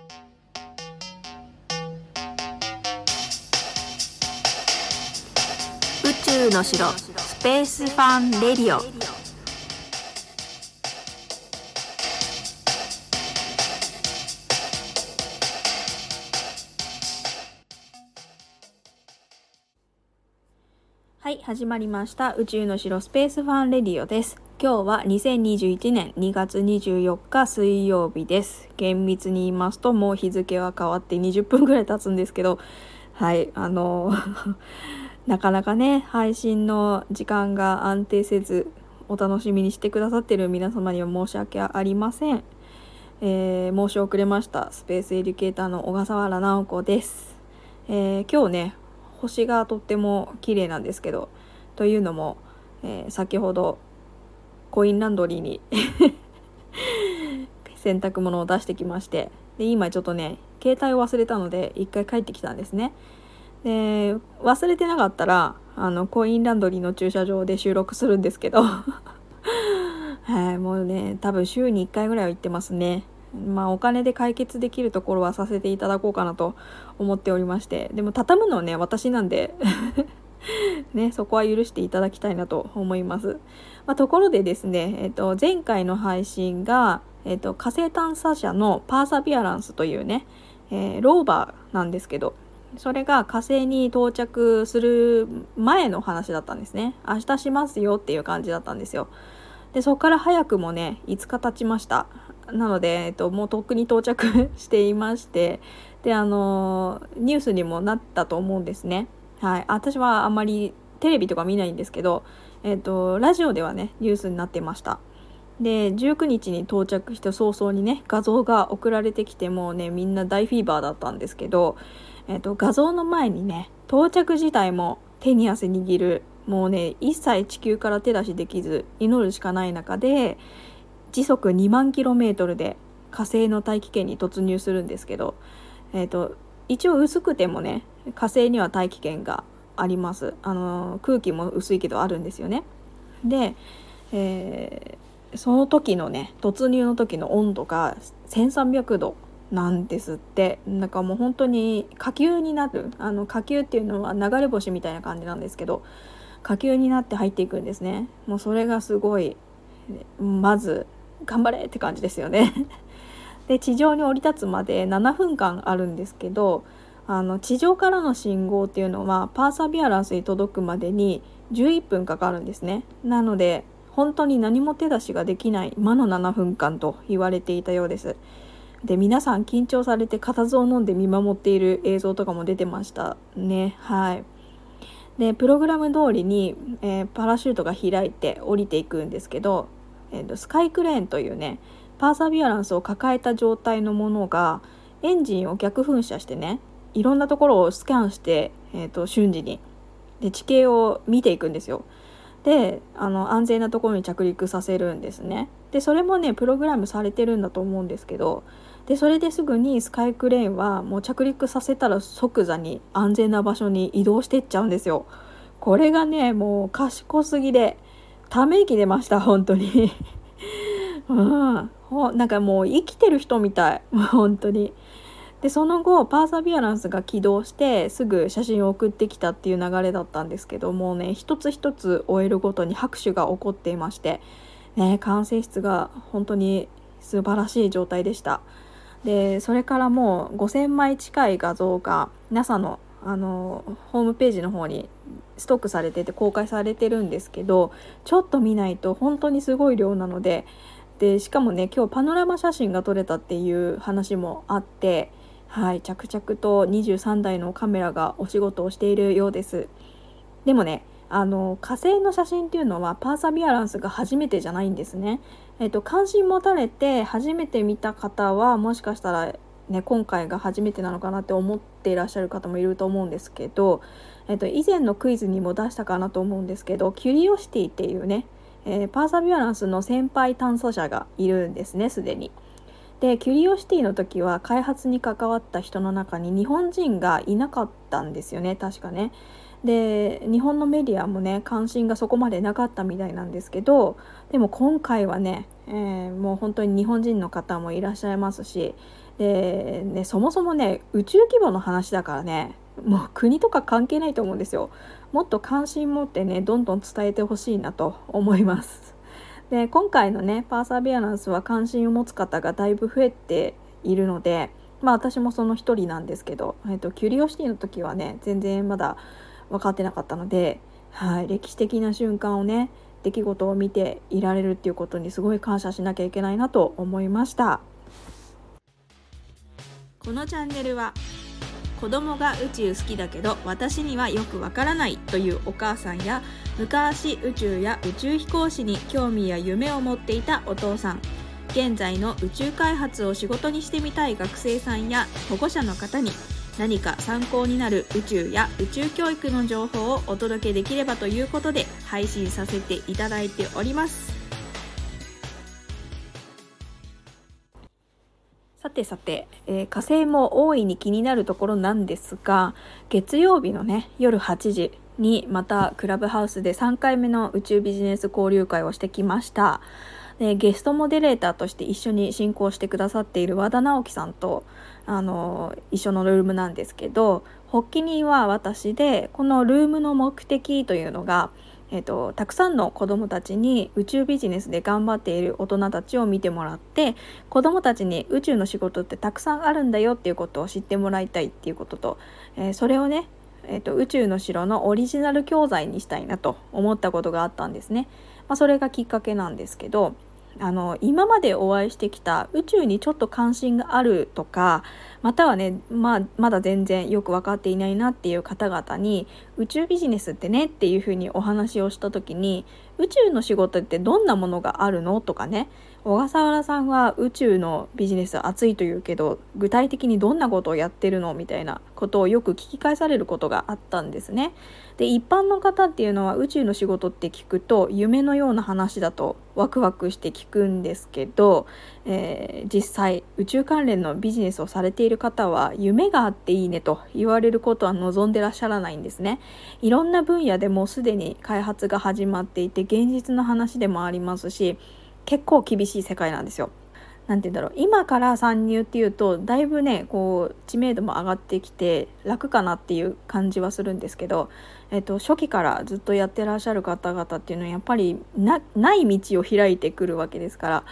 宇宙の城スペースファンレディオ。はい、始まりました。宇宙の城スペースファンレディオです。今日は2021年2月24日水曜日です。厳密に言いますともう日付は変わって20分ぐらい経つんですけど、はいなかなかね配信の時間が安定せず、お楽しみにしてくださっている皆様には申し訳ありません。申し遅れました。スペースエデュケーターの小笠原直子です。今日ね星がとっても綺麗なんですけど、というのも、先ほどコインランドリーに洗濯物を出してきまして、で今ちょっとね携帯を忘れたので一回帰ってきたんですね。で忘れてなかったらコインランドリーの駐車場で収録するんですけどはい、もうね多分週に1回ぐらいは行ってますね。お金で解決できるところはさせていただこうかなと思っておりまして、でも畳むのはね私なんでね、そこは許していただきたいなと思います。ところでですね、前回の配信が、火星探査車のパーサビアランスというね、ローバーなんですけど、それが火星に到着する前の話だったんですね。明日しますよっていう感じだったんですよ。でそこから早くもね5日経ちました。なので、もうとっくに到着していまして、でニュースにもなったと思うんですね。はい、私はあんまりテレビとか見ないんですけど、ラジオではねニュースになってました。で19日に到着した早々にね画像が送られてきて、もうねみんな大フィーバーだったんですけど、画像の前にね到着自体も手に汗握る、もうね一切地球から手出しできず祈るしかない中で、時速2万キロメートルで火星の大気圏に突入するんですけど、一応薄くてもね火星には大気圏があります。空気も薄いけどあるんですよね。で、その時のね突入の時の温度が1300度なんですって。なんかもう本当に火球になる、火球っていうのは流れ星みたいな感じなんですけど、火球になって入っていくんですね。もうそれがすごい、まず頑張れって感じですよねで地上に降り立つまで7分間あるんですけど、地上からの信号っていうのはパーサビアランスに届くまでに11分かかるんですね。なので本当に何も手出しができない魔の7分間と言われていたようです。で皆さん緊張されて固唾を飲んで見守っている映像とかも出てましたね。はい。でプログラム通りに、パラシュートが開いて降りていくんですけど、スカイクレーンというねパーサビアランスを抱えた状態のものがエンジンを逆噴射してね、いろんなところをスキャンして、瞬時にで地形を見ていくんですよ。で安全なところに着陸させるんですね。でそれもねプログラムされてるんだと思うんですけど、でそれですぐにスカイクレーンはもう着陸させたら即座に安全な場所に移動していっちゃうんですよ。これがねもう賢すぎでため息出ました本当にうん、なんかもう生きてる人みたい本当に。でその後パーサビアランスが起動してすぐ写真を送ってきたっていう流れだったんですけどもね、一つ一つ終えるごとに拍手が起こっていまして、管制室が本当に素晴らしい状態でした。でそれからもう5000枚近い画像が NASA の、ホームページの方にストックされてて公開されてるんですけど、ちょっと見ないと本当にすごい量なので、しかもね今日パノラマ写真が撮れたっていう話もあって、はい、着々と23台のカメラがお仕事をしているようです。でもね火星の写真っていうのはパーサビアランスが初めてじゃないんですね。関心持たれて初めて見た方はもしかしたら、ね、今回が初めてなのかなって思っていらっしゃる方もいると思うんですけど、以前のクイズにも出したかなと思うんですけど、キュリオシティっていうね、パーサビアランスの先輩探査者がいるんですねすでに。でキュリオシティの時は開発に関わった人の中に日本人がいなかったんですよね確かね。で日本のメディアもね関心がそこまでなかったみたいなんですけど、でも今回はね、 もう本当に日本人の方もいらっしゃいますし、で、ね、そもそもね宇宙規模の話だからね、もう国とか関係ないと思うんですよ。もっと関心持ってねどんどん伝えてほしいなと思います。で、今回のねパーサビアランスは関心を持つ方がだいぶ増えているので、私もその一人なんですけど、キュリオシティの時はね全然まだ分かってなかったので、歴史的な瞬間をね出来事を見ていられるっていうことにすごい感謝しなきゃいけないなと思いました。このチャンネルは子供が宇宙好きだけど私にはよくわからないというお母さんや、昔宇宙や宇宙飛行士に興味や夢を持っていたお父さん、現在の宇宙開発を仕事にしてみたい学生さんや保護者の方に何か参考になる宇宙や宇宙教育の情報をお届けできればということで配信させていただいております。さてさて、火星も大いに気になるところなんですが、月曜日のね夜8時にまたクラブハウスで3回目の宇宙ビジネス交流会をしてきました。で、ゲストモデレーターとして一緒に進行してくださっている和田直樹さんと一緒のルームなんですけど、発起人は私で、このルームの目的というのが、たくさんの子どもたちに宇宙ビジネスで頑張っている大人たちを見てもらって、子どもたちに宇宙の仕事ってたくさんあるんだよっていうことを知ってもらいたいっていうことと、それをね、宇宙の城のオリジナル教材にしたいなと思ったことがあったんですね。それがきっかけなんですけど、今までお会いしてきた宇宙にちょっと関心があるとか、またはね、まだ全然よく分かっていないなっていう方々に、宇宙ビジネスってねっていうふうにお話をした時に、宇宙の仕事ってどんなものがあるのとかね、小笠原さんは宇宙のビジネス熱いというけど具体的にどんなことをやってるのみたいなことをよく聞き返されることがあったんですね。で、一般の方っていうのは宇宙の仕事って聞くと夢のような話だとワクワクして聞くんですけど、実際宇宙関連のビジネスをされている方は夢があっていいねと言われることは望んでらっしゃらないんですね。いろんな分野でもうすでに開発が始まっていて現実の話でもありますし、結構厳しい世界なんですよ。なんて言うんだろう、今から参入っていうとだいぶねこう知名度も上がってきて楽かなっていう感じはするんですけど、初期からずっとやってらっしゃる方々っていうのはやっぱりない道を開いてくるわけですから、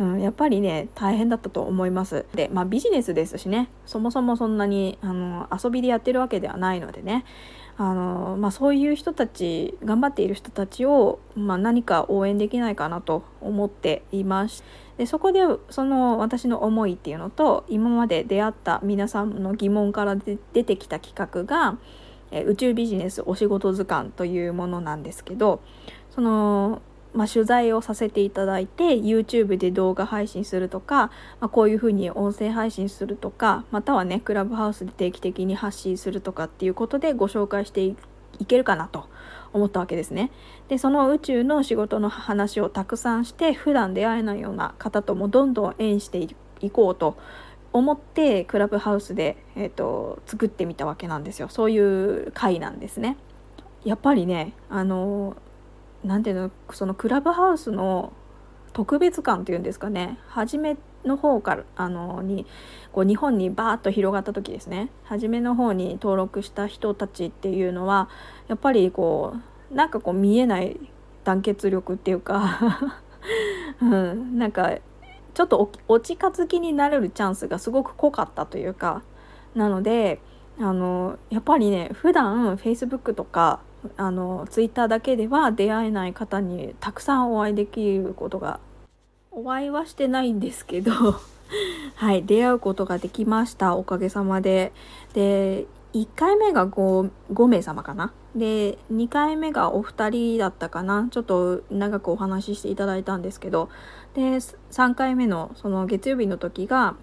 やっぱりね大変だったと思います。で、ビジネスですしね、そもそもそんなに遊びでやってるわけではないのでね、そういう人たち、頑張っている人たちを、何か応援できないかなと思っています。で、そこでその私の思いっていうのと今まで出会った皆さんの疑問から出てきた企画が、宇宙ビジネスお仕事図鑑というものなんですけど、その取材をさせていただいて YouTube で動画配信するとか、こういうふうに音声配信するとか、またはねクラブハウスで定期的に発信するとかっていうことでご紹介していけるかなと思ったわけですね。で、その宇宙の仕事の話をたくさんして普段出会えないような方ともどんどん縁していこうと思ってクラブハウスで、作ってみたわけなんですよ。そういう会なんですね。やっぱりねなんていうの、そのクラブハウスの特別感っていうんですかね、初めの方からにこう日本にバーッと広がった時ですね、初めの方に登録した人たちっていうのはやっぱりなんか見えない団結力っていうかなんかちょっとお近づきになれるチャンスがすごく濃かったというか、なのでやっぱりね普段 Facebook とかTwitter だけでは出会えない方にたくさんお会いできることが、お会いはしてないんですけどはい、出会うことができました、おかげさまで。で、1回目が 5名様かな。で、2回目がお二人だったかな。ちょっと長くお話ししていただいたんですけど、で3回目のその月曜日の時が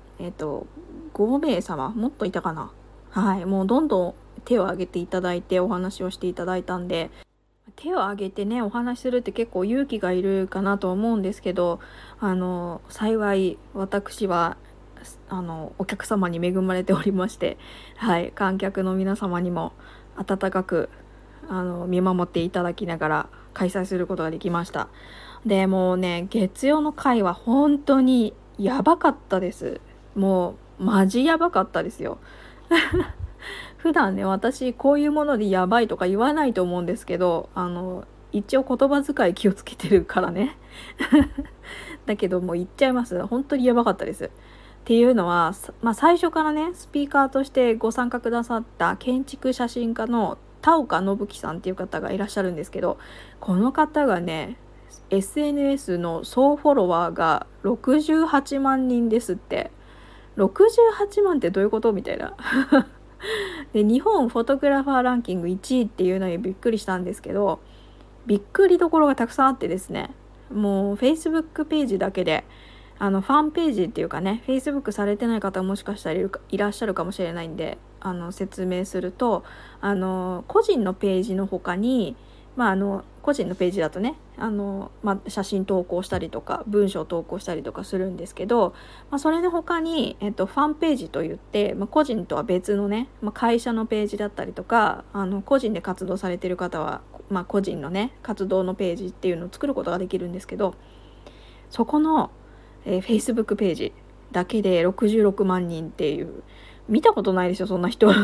5名様もっといたかな。はい、もうどんどん手を挙げていただいてお話をしていただいたんで、手を挙げてねお話しするって結構勇気がいるかなと思うんですけど、幸い私はお客様に恵まれておりまして、はい、観客の皆様にも温かく見守っていただきながら開催することができました。でもうね、月曜の会は本当にやばかったです。もうマジやばかったですよ。普段ね、私こういうものでやばいとか言わないと思うんですけど、一応言葉遣い気をつけてるからね。だけどもう言っちゃいます。本当にやばかったです。っていうのは、最初からね、スピーカーとしてご参加くださった建築写真家の田岡信樹さんっていう方がいらっしゃるんですけど、この方がね、SNS の総フォロワーが68万人ですって。68万ってどういうことみたいな。で、日本フォトグラファーランキング1位っていうのにびっくりしたんですけど、びっくりどころがたくさんあってですね、もう Facebook ページだけでファンページっていうかね、 Facebook されてない方もしかしたらいらっしゃるかもしれないんで説明すると、個人のページの他に、個人のページだとね、写真投稿したりとか文章投稿したりとかするんですけど、それの他に、ファンページといって、個人とは別のね、会社のページだったりとか、個人で活動されている方は、個人のね活動のページっていうのを作ることができるんですけど、そこのFacebook ページだけで66万人っていう、見たことないですよそんな人。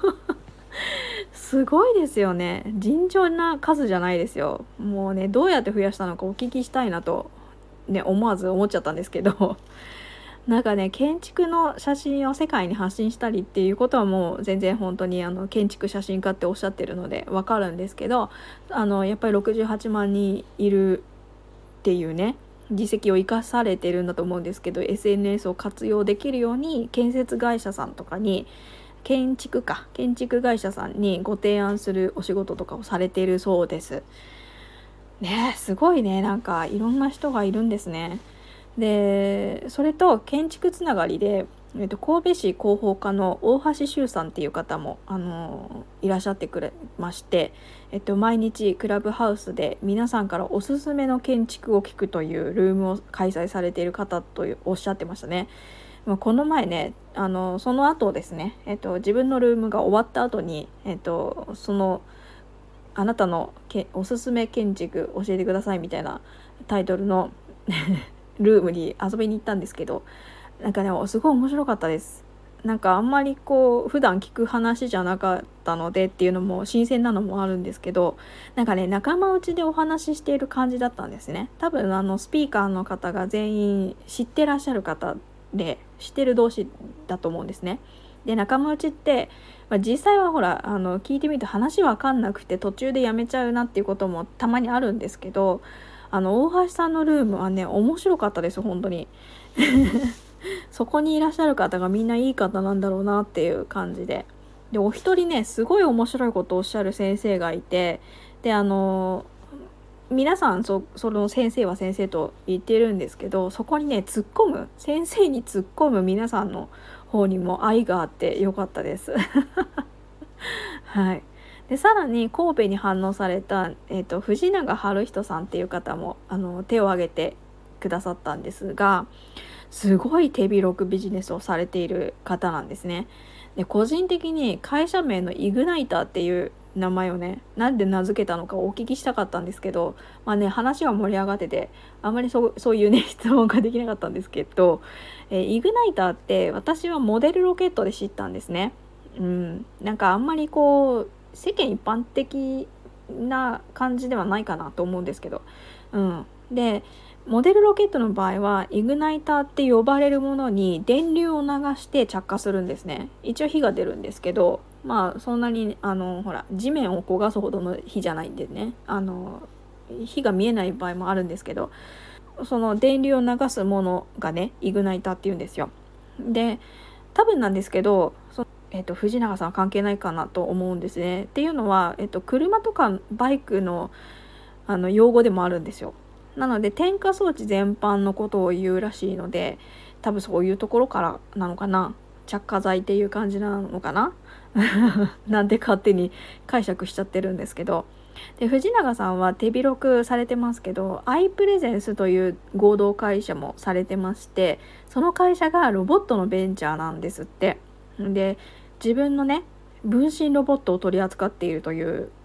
すごいですよね。尋常な数じゃないですよ。もうね、どうやって増やしたのかお聞きしたいなとね、思わず思っちゃったんですけど、なんかね、建築の写真を世界に発信したりっていうことはもう全然本当に建築写真家っておっしゃってるのでわかるんですけど、やっぱり68万人いるっていうね、実績を生かされてるんだと思うんですけど、 SNS を活用できるように建設会社さんとかに、建築会社さんにご提案するお仕事とかをされているそうですね。すごいね、なんかいろんな人がいるんですね。でそれと建築つながりで、神戸市広報課の大橋修さんっていう方もいらっしゃってくれまして、毎日クラブハウスで皆さんからおすすめの建築を聞くというルームを開催されている方とおっしゃってましたね。この前ね、その後ですね、自分のルームが終わった後に、そのあなたのおすすめ建築教えてくださいみたいなタイトルのルームに遊びに行ったんですけど、なんかね、すごい面白かったです。なんかあんまり普段聞く話じゃなかったのでっていうのも新鮮なのもあるんですけど、なんかね、仲間内でお話ししている感じだったんですね。多分スピーカーの方が全員知ってらっしゃる方で、知ってる同士だと思うんですね。で、仲間内って、実際はほら聞いてみて話わかんなくて途中でやめちゃうなっていうこともたまにあるんですけど、大橋さんのルームはね面白かったです本当に。そこにいらっしゃる方がみんないい方なんだろうなっていう感じで、お一人ねすごい面白いことをおっしゃる先生がいて、で皆さんその先生は先生と言ってるんですけど、そこにね先生に突っ込む皆さんの方にも愛があってよかったです。はい。でさらに神戸に反応された、藤永春人さんっていう方も手を挙げてくださったんですが、すごい手広くビジネスをされている方なんですね。で個人的に会社名のイグナイターっていう名前をね、なんで名付けたのかお聞きしたかったんですけど、話は盛り上がっててあまりそういうね質問ができなかったんですけど、イグナイターって私はモデルロケットで知ったんですね。なんかあんまり世間一般的な感じではないかなと思うんですけど、でモデルロケットの場合はイグナイターって呼ばれるものに電流を流して着火するんですね。一応火が出るんですけど、そんなにほら地面を焦がすほどの火じゃないんでね、火が見えない場合もあるんですけど、その電流を流すものがねイグナイターっていうんですよ。で多分なんですけど、藤永さんは関係ないかなと思うんですね。っていうのは、車とかバイクの用語でもあるんですよ。なので点火装置全般のことを言うらしいので、多分そういうところからなのかな、着火剤っていう感じなのかな。なんで勝手に解釈しちゃってるんですけど、で藤永さんは手広くされてますけど、アイプレゼンスという合同会社もされてまして、その会社がロボットのベンチャーなんですって。で自分のね分身ロボットを取り扱っているという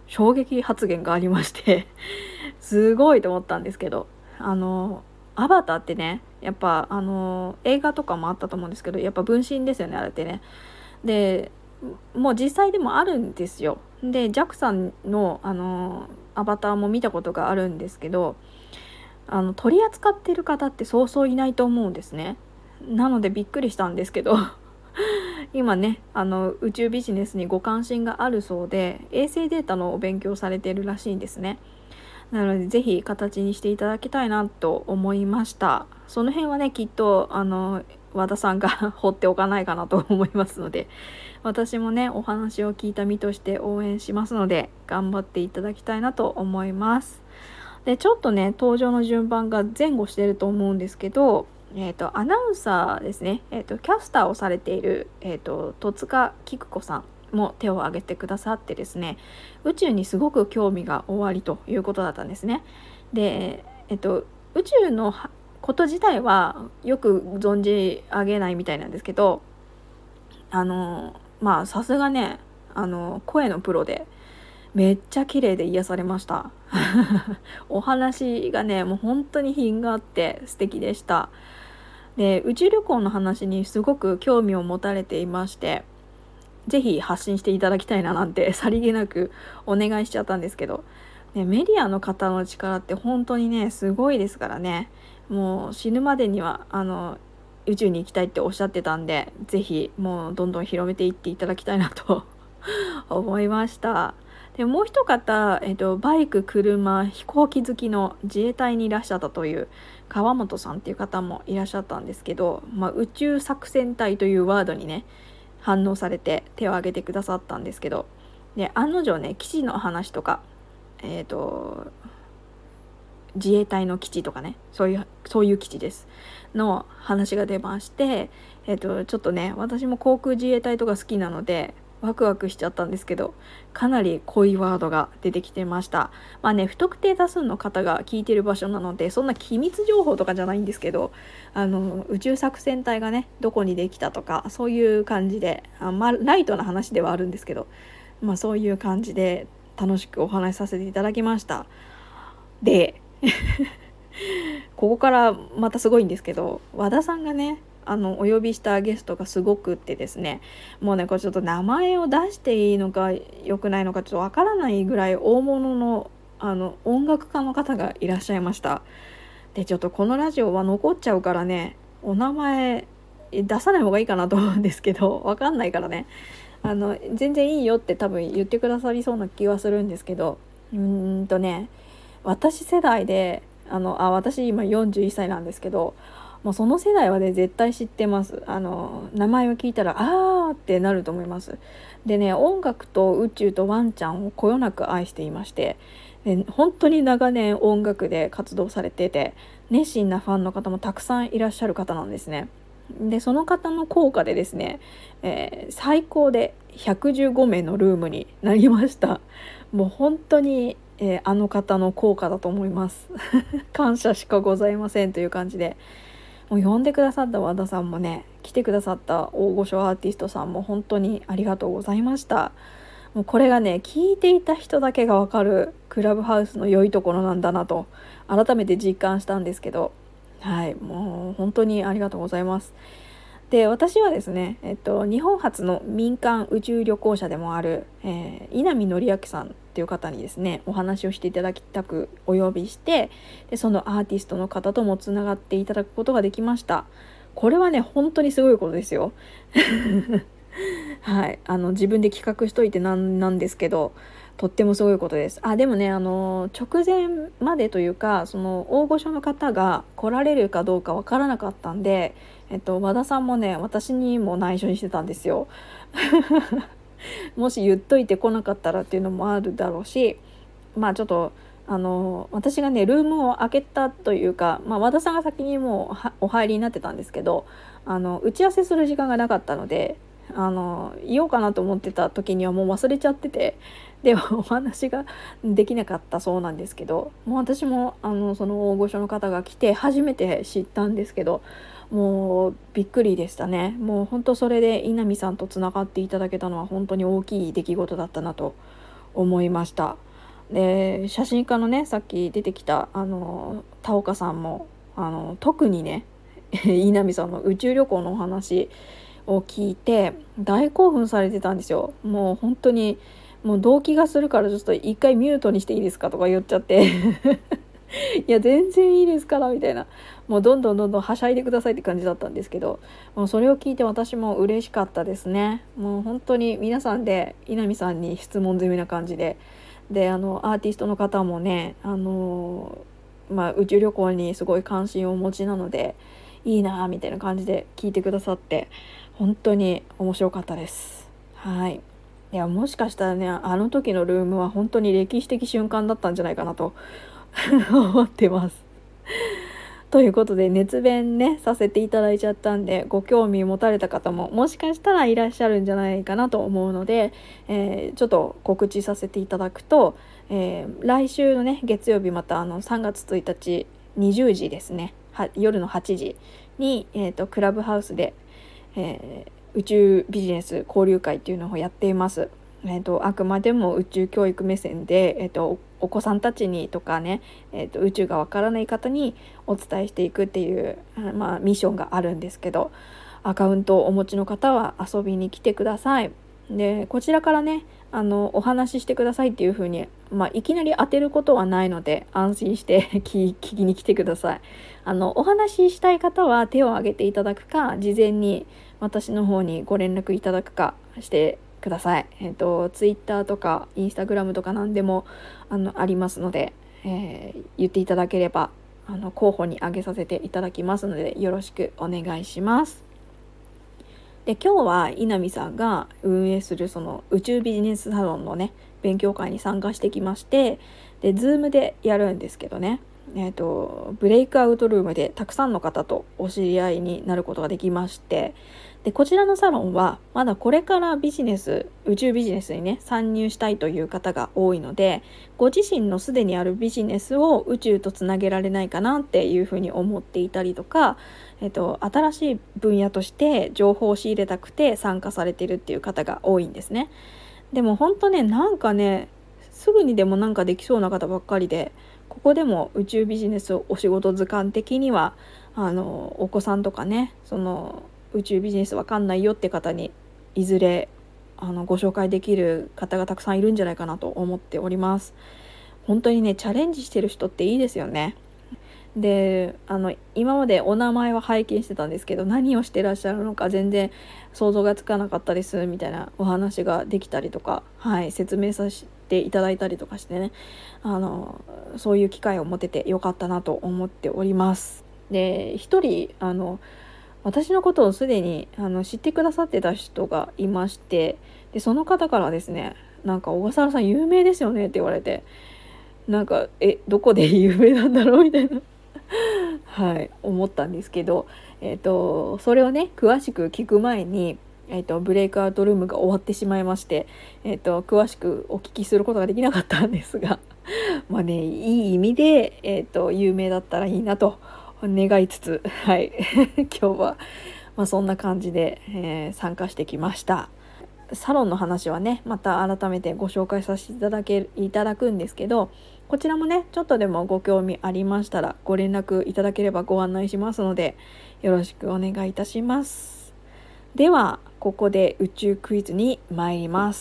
衝撃発言がありましてすごいと思ったんですけど、アバターってね、やっぱ映画とかもあったと思うんですけど、やっぱ分身ですよね、あれってね。でもう実際でもあるんですよ。で JAXA の、アバターも見たことがあるんですけど、取り扱ってる方ってそうそういないと思うんですね。なのでびっくりしたんですけど今ね宇宙ビジネスにご関心があるそうで、衛星データのお勉強されているらしいんですね。なのでぜひ形にしていただきたいなと思いました。その辺はねきっと和田さんが放っておかないかなと思いますので、私もねお話を聞いた身として応援しますので、頑張っていただきたいなと思います。でちょっとね登場の順番が前後してると思うんですけど、アナウンサーですね、キャスターをされている、戸塚菊子さんも手を挙げてくださってですね、宇宙にすごく興味がおありということだったんですね。で、宇宙のこと自体はよく存じ上げないみたいなんですけど、まあさすがね声のプロでめっちゃ綺麗で癒されましたお話がねもう本当に品があって素敵でした。で宇宙旅行の話にすごく興味を持たれていまして、ぜひ発信していただきたいななんてさりげなくお願いしちゃったんですけど、ね、メディアの方の力って本当にねすごいですからね。もう死ぬまでには宇宙に行きたいっておっしゃってたんで、ぜひもうどんどん広めていっていただきたいなと思いました。でもう一方、バイク、車、飛行機好きの自衛隊にいらっしゃったという川本さんっていう方もいらっしゃったんですけど、宇宙作戦隊というワードにね反応されて手を挙げてくださったんですけど、で案の定ね基地の話とか、自衛隊の基地とかね、そういう基地ですの話が出まして、ちょっとね私も航空自衛隊とか好きなのでワクワクしちゃったんですけど、かなり濃いワードが出てきてました。不特定多数の方が聞いてる場所なのでそんな機密情報とかじゃないんですけど、宇宙作戦隊がねどこにできたとかそういう感じでライトな話ではあるんですけど、そういう感じで楽しくお話しさせていただきました。でここからまたすごいんですけど、和田さんがねお呼びしたゲストがすごくってですね、もうねこれちょっと名前を出していいのか良くないのかちょっとわからないぐらい大物の音楽家の方がいらっしゃいました。でちょっとこのラジオは残っちゃうからねお名前出さない方がいいかなと思うんですけど、わかんないからね全然いいよって多分言ってくださりそうな気はするんですけど、私世代で私今41歳なんですけど、もうその世代はね絶対知ってます。名前を聞いたらあーってなると思います。でね音楽と宇宙とワンちゃんをこよなく愛していまして、で本当に長年音楽で活動されてて熱心なファンの方もたくさんいらっしゃる方なんですね。でその方の効果でですね、最高で115名のルームになりました。もう本当にあの方の効果だと思います感謝しかございませんという感じで、もう呼んでくださった和田さんもね来てくださった大御所アーティストさんも本当にありがとうございました。もうこれがね聞いていた人だけが分かるクラブハウスの良いところなんだなと改めて実感したんですけど、はいもう本当にありがとうございます。で私はですね、日本初の民間宇宙旅行者でもある、稲見紀明さんっていう方にですねお話をしていただきたくお呼びして、でそのアーティストの方ともつながっていただくことができました。これはね本当にすごいことですよはい自分で企画しといてなんですけど、とってもすごいことです。でもね直前までというかその大御所の方が来られるかどうかわからなかったんで、和田さんもね私にも内緒にしてたんですよもし言っといて来なかったらっていうのもあるだろうし、ちょっと私がねルームを開けたというか、和田さんが先にもうお入りになってたんですけど、打ち合わせする時間がなかったので言おうかなと思ってた時にはもう忘れちゃってて、でお話ができなかったそうなんですけど、もう私もその大御所の方が来て初めて知ったんですけど、もうびっくりでしたね。もう本当それで稲見さんとつながっていただけたのは本当に大きい出来事だったなと思いました。で写真家のね、さっき出てきた田岡さんも特にね稲見さんの宇宙旅行のお話を聞いて大興奮されてたんですよ。もう本当にもう動悸がするからちょっと一回ミュートにしていいですかとか言っちゃっていや全然いいですからみたいな、もうどんどんはしゃいでくださいって感じだったんですけど、もうそれを聞いて私も嬉しかったですね。もう本当に皆さんで稲見さんに質問攻めな感じで、アーティストの方もね、宇宙旅行にすごい関心をお持ちなのでいいなみたいな感じで聞いてくださって本当に面白かったです。はい。いやもしかしたらね、あの時のルームは本当に歴史的瞬間だったんじゃないかなと思ってます。ということで熱弁ねさせていただいちゃったんで、ご興味持たれた方ももしかしたらいらっしゃるんじゃないかなと思うので、ちょっと告知させていただくと、来週のね月曜日また3月1日20時ですね、夜の8時に、クラブハウスで、宇宙ビジネス交流会っていうのをやっています。あくまでも宇宙教育目線で、お子さんたちにとかね、宇宙がわからない方にお伝えしていくっていう、ミッションがあるんですけど、アカウントをお持ちの方は遊びに来てください。でこちらからねお話ししてくださいっていう風に、いきなり当てることはないので安心して聞きに来てください。お話ししたい方は手を挙げていただくか、事前に私の方にご連絡いただくかしてください。ツイッターとかインスタグラムとか何でもありますので、言っていただければ候補に挙げさせていただきますのでよろしくお願いします。で今日は稲見さんが運営するその宇宙ビジネスサロンのね勉強会に参加してきまして、で Zoom でやるんですけどね、ブレイクアウトルームでたくさんの方とお知り合いになることができまして、でこちらのサロンはまだこれから宇宙ビジネスにね参入したいという方が多いので、ご自身のすでにあるビジネスを宇宙とつなげられないかなっていうふうに思っていたりとか、新しい分野として情報を仕入れたくて参加されているっていう方が多いんですね。でも本当ね、なんかねすぐにでもなんかできそうな方ばっかりで、ここでも宇宙ビジネスお仕事図鑑的にはお子さんとかね、その宇宙ビジネスわかんないよって方にいずれご紹介できる方がたくさんいるんじゃないかなと思っております。本当にねチャレンジしてる人っていいですよね。で今までお名前は拝見してたんですけど、何をしてらっしゃるのか全然想像がつかなかったですみたいなお話ができたりとか、説明させていただいたりとかしてね、そういう機会を持ててよかったなと思っております。で一人私のことをすでに知ってくださってた人がいまして、でその方からですね、なんか小笠原さん有名ですよねって言われて、なんかどこで有名なんだろうみたいな思ったんですけど、それをね詳しく聞く前に、ブレイクアウトルームが終わってしまいまして、詳しくお聞きすることができなかったんですがいい意味で、有名だったらいいなと願いつつ、今日は、そんな感じで、参加してきました。サロンの話はねまた改めてご紹介させていただくんですけど、こちらもねちょっとでもご興味ありましたらご連絡いただければご案内しますのでよろしくお願いいたします。ではここで宇宙クイズに参ります。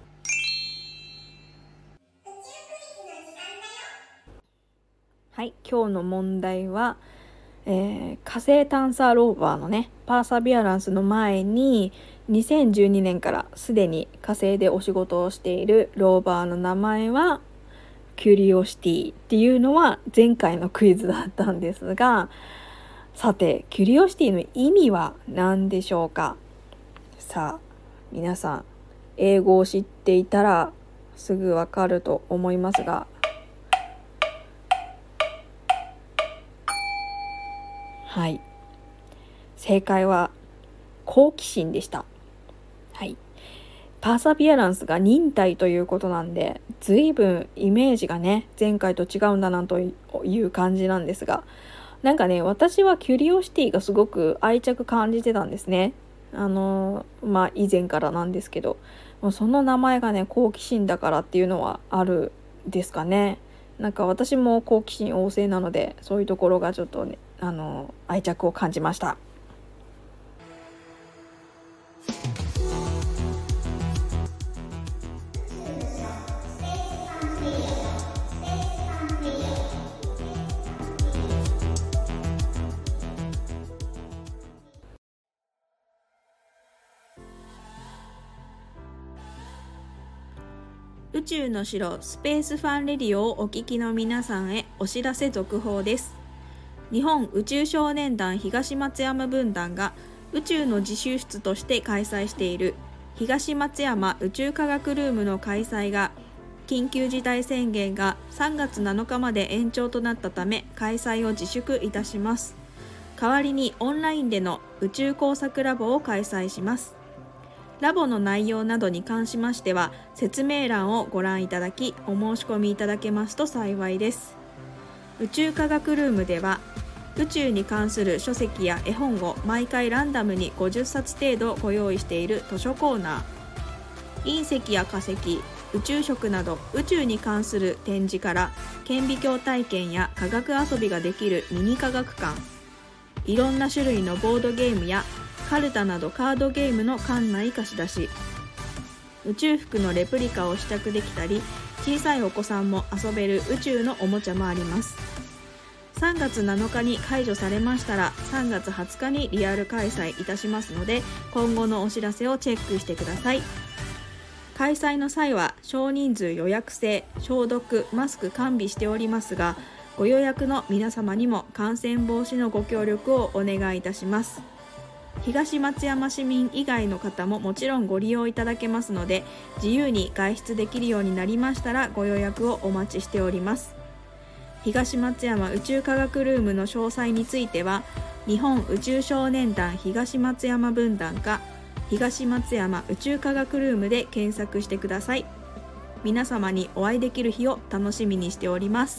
今日の問題は、火星探査ローバーのねパーサビアランスの前に2012年からすでに火星でお仕事をしているローバーの名前はキュリオシティっていうのは前回のクイズだったんですが、さてキュリオシティの意味は何でしょうか。さあ皆さん英語を知っていたらすぐわかると思いますが、正解は好奇心でした。パーサビアランスが忍耐ということなんで、随分イメージがね前回と違うんだなという感じなんですが、なんかね私はキュリオシティがすごく愛着感じてたんですね。 以前からなんですけど、もうその名前がね好奇心だからっていうのはあるですかね。なんか私も好奇心旺盛なので、そういうところがちょっとね愛着を感じました。宇宙の城スペースファンレディオをお聞きの皆さんへお知らせ続報です。日本宇宙少年団東松山分団が宇宙の自習室として開催している東松山宇宙科学ルームの開催が、緊急事態宣言が3月7日まで延長となったため開催を自粛いたします。代わりにオンラインでの宇宙工作ラボを開催します。ラボの内容などに関しましては説明欄をご覧いただき、お申し込みいただけますと幸いです。宇宙科学ルームでは宇宙に関する書籍や絵本を毎回ランダムに50冊程度ご用意している図書コーナー、隕石や化石、宇宙食など宇宙に関する展示から顕微鏡体験や科学遊びができるミニ科学館、いろんな種類のボードゲームやカルタなどカードゲームの館内貸し出し、宇宙服のレプリカを試着できたり、小さいお子さんも遊べる宇宙のおもちゃもあります。3月7日に解除されましたら3月20日にリアル開催いたしますので、今後のお知らせをチェックしてください。開催の際は少人数予約制、消毒、マスク完備しておりますが、ご予約の皆様にも感染防止のご協力をお願いいたします。東松山市民以外の方ももちろんご利用いただけますので、自由に外出できるようになりましたらご予約をお待ちしております。東松山宇宙科学ルームの詳細については、日本宇宙少年団東松山分団か東松山宇宙科学ルームで検索してください。皆様にお会いできる日を楽しみにしております。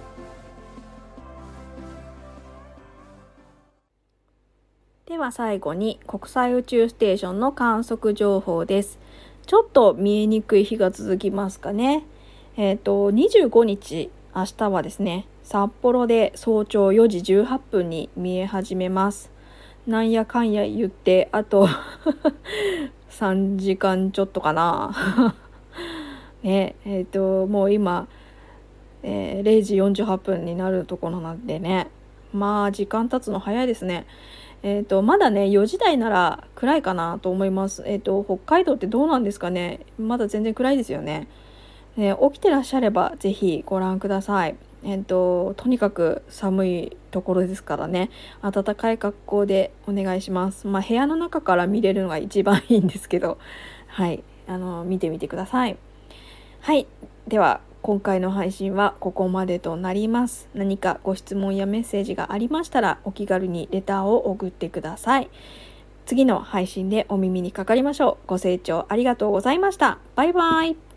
では最後に国際宇宙ステーションの観測情報です。ちょっと見えにくい日が続きますかね。25日、明日はですね、札幌で早朝4時18分に見え始めます。なんやかんや言ってあと3時間ちょっとかなね、もう今、0時48分になるところなんでね、まあ時間経つの早いですね。まだね4時台なら暗いかなと思います。北海道ってどうなんですかね。まだ全然暗いですよね。起きてらっしゃればぜひご覧ください。とにかく寒いところですからね、暖かい格好でお願いします。部屋の中から見れるのが一番いいんですけど、はい、見てみてください。はい、では今回の配信はここまでとなります。何かご質問やメッセージがありましたらお気軽にレターを送ってください。次の配信でお耳にかかりましょう。ご清聴ありがとうございました。バイバイ。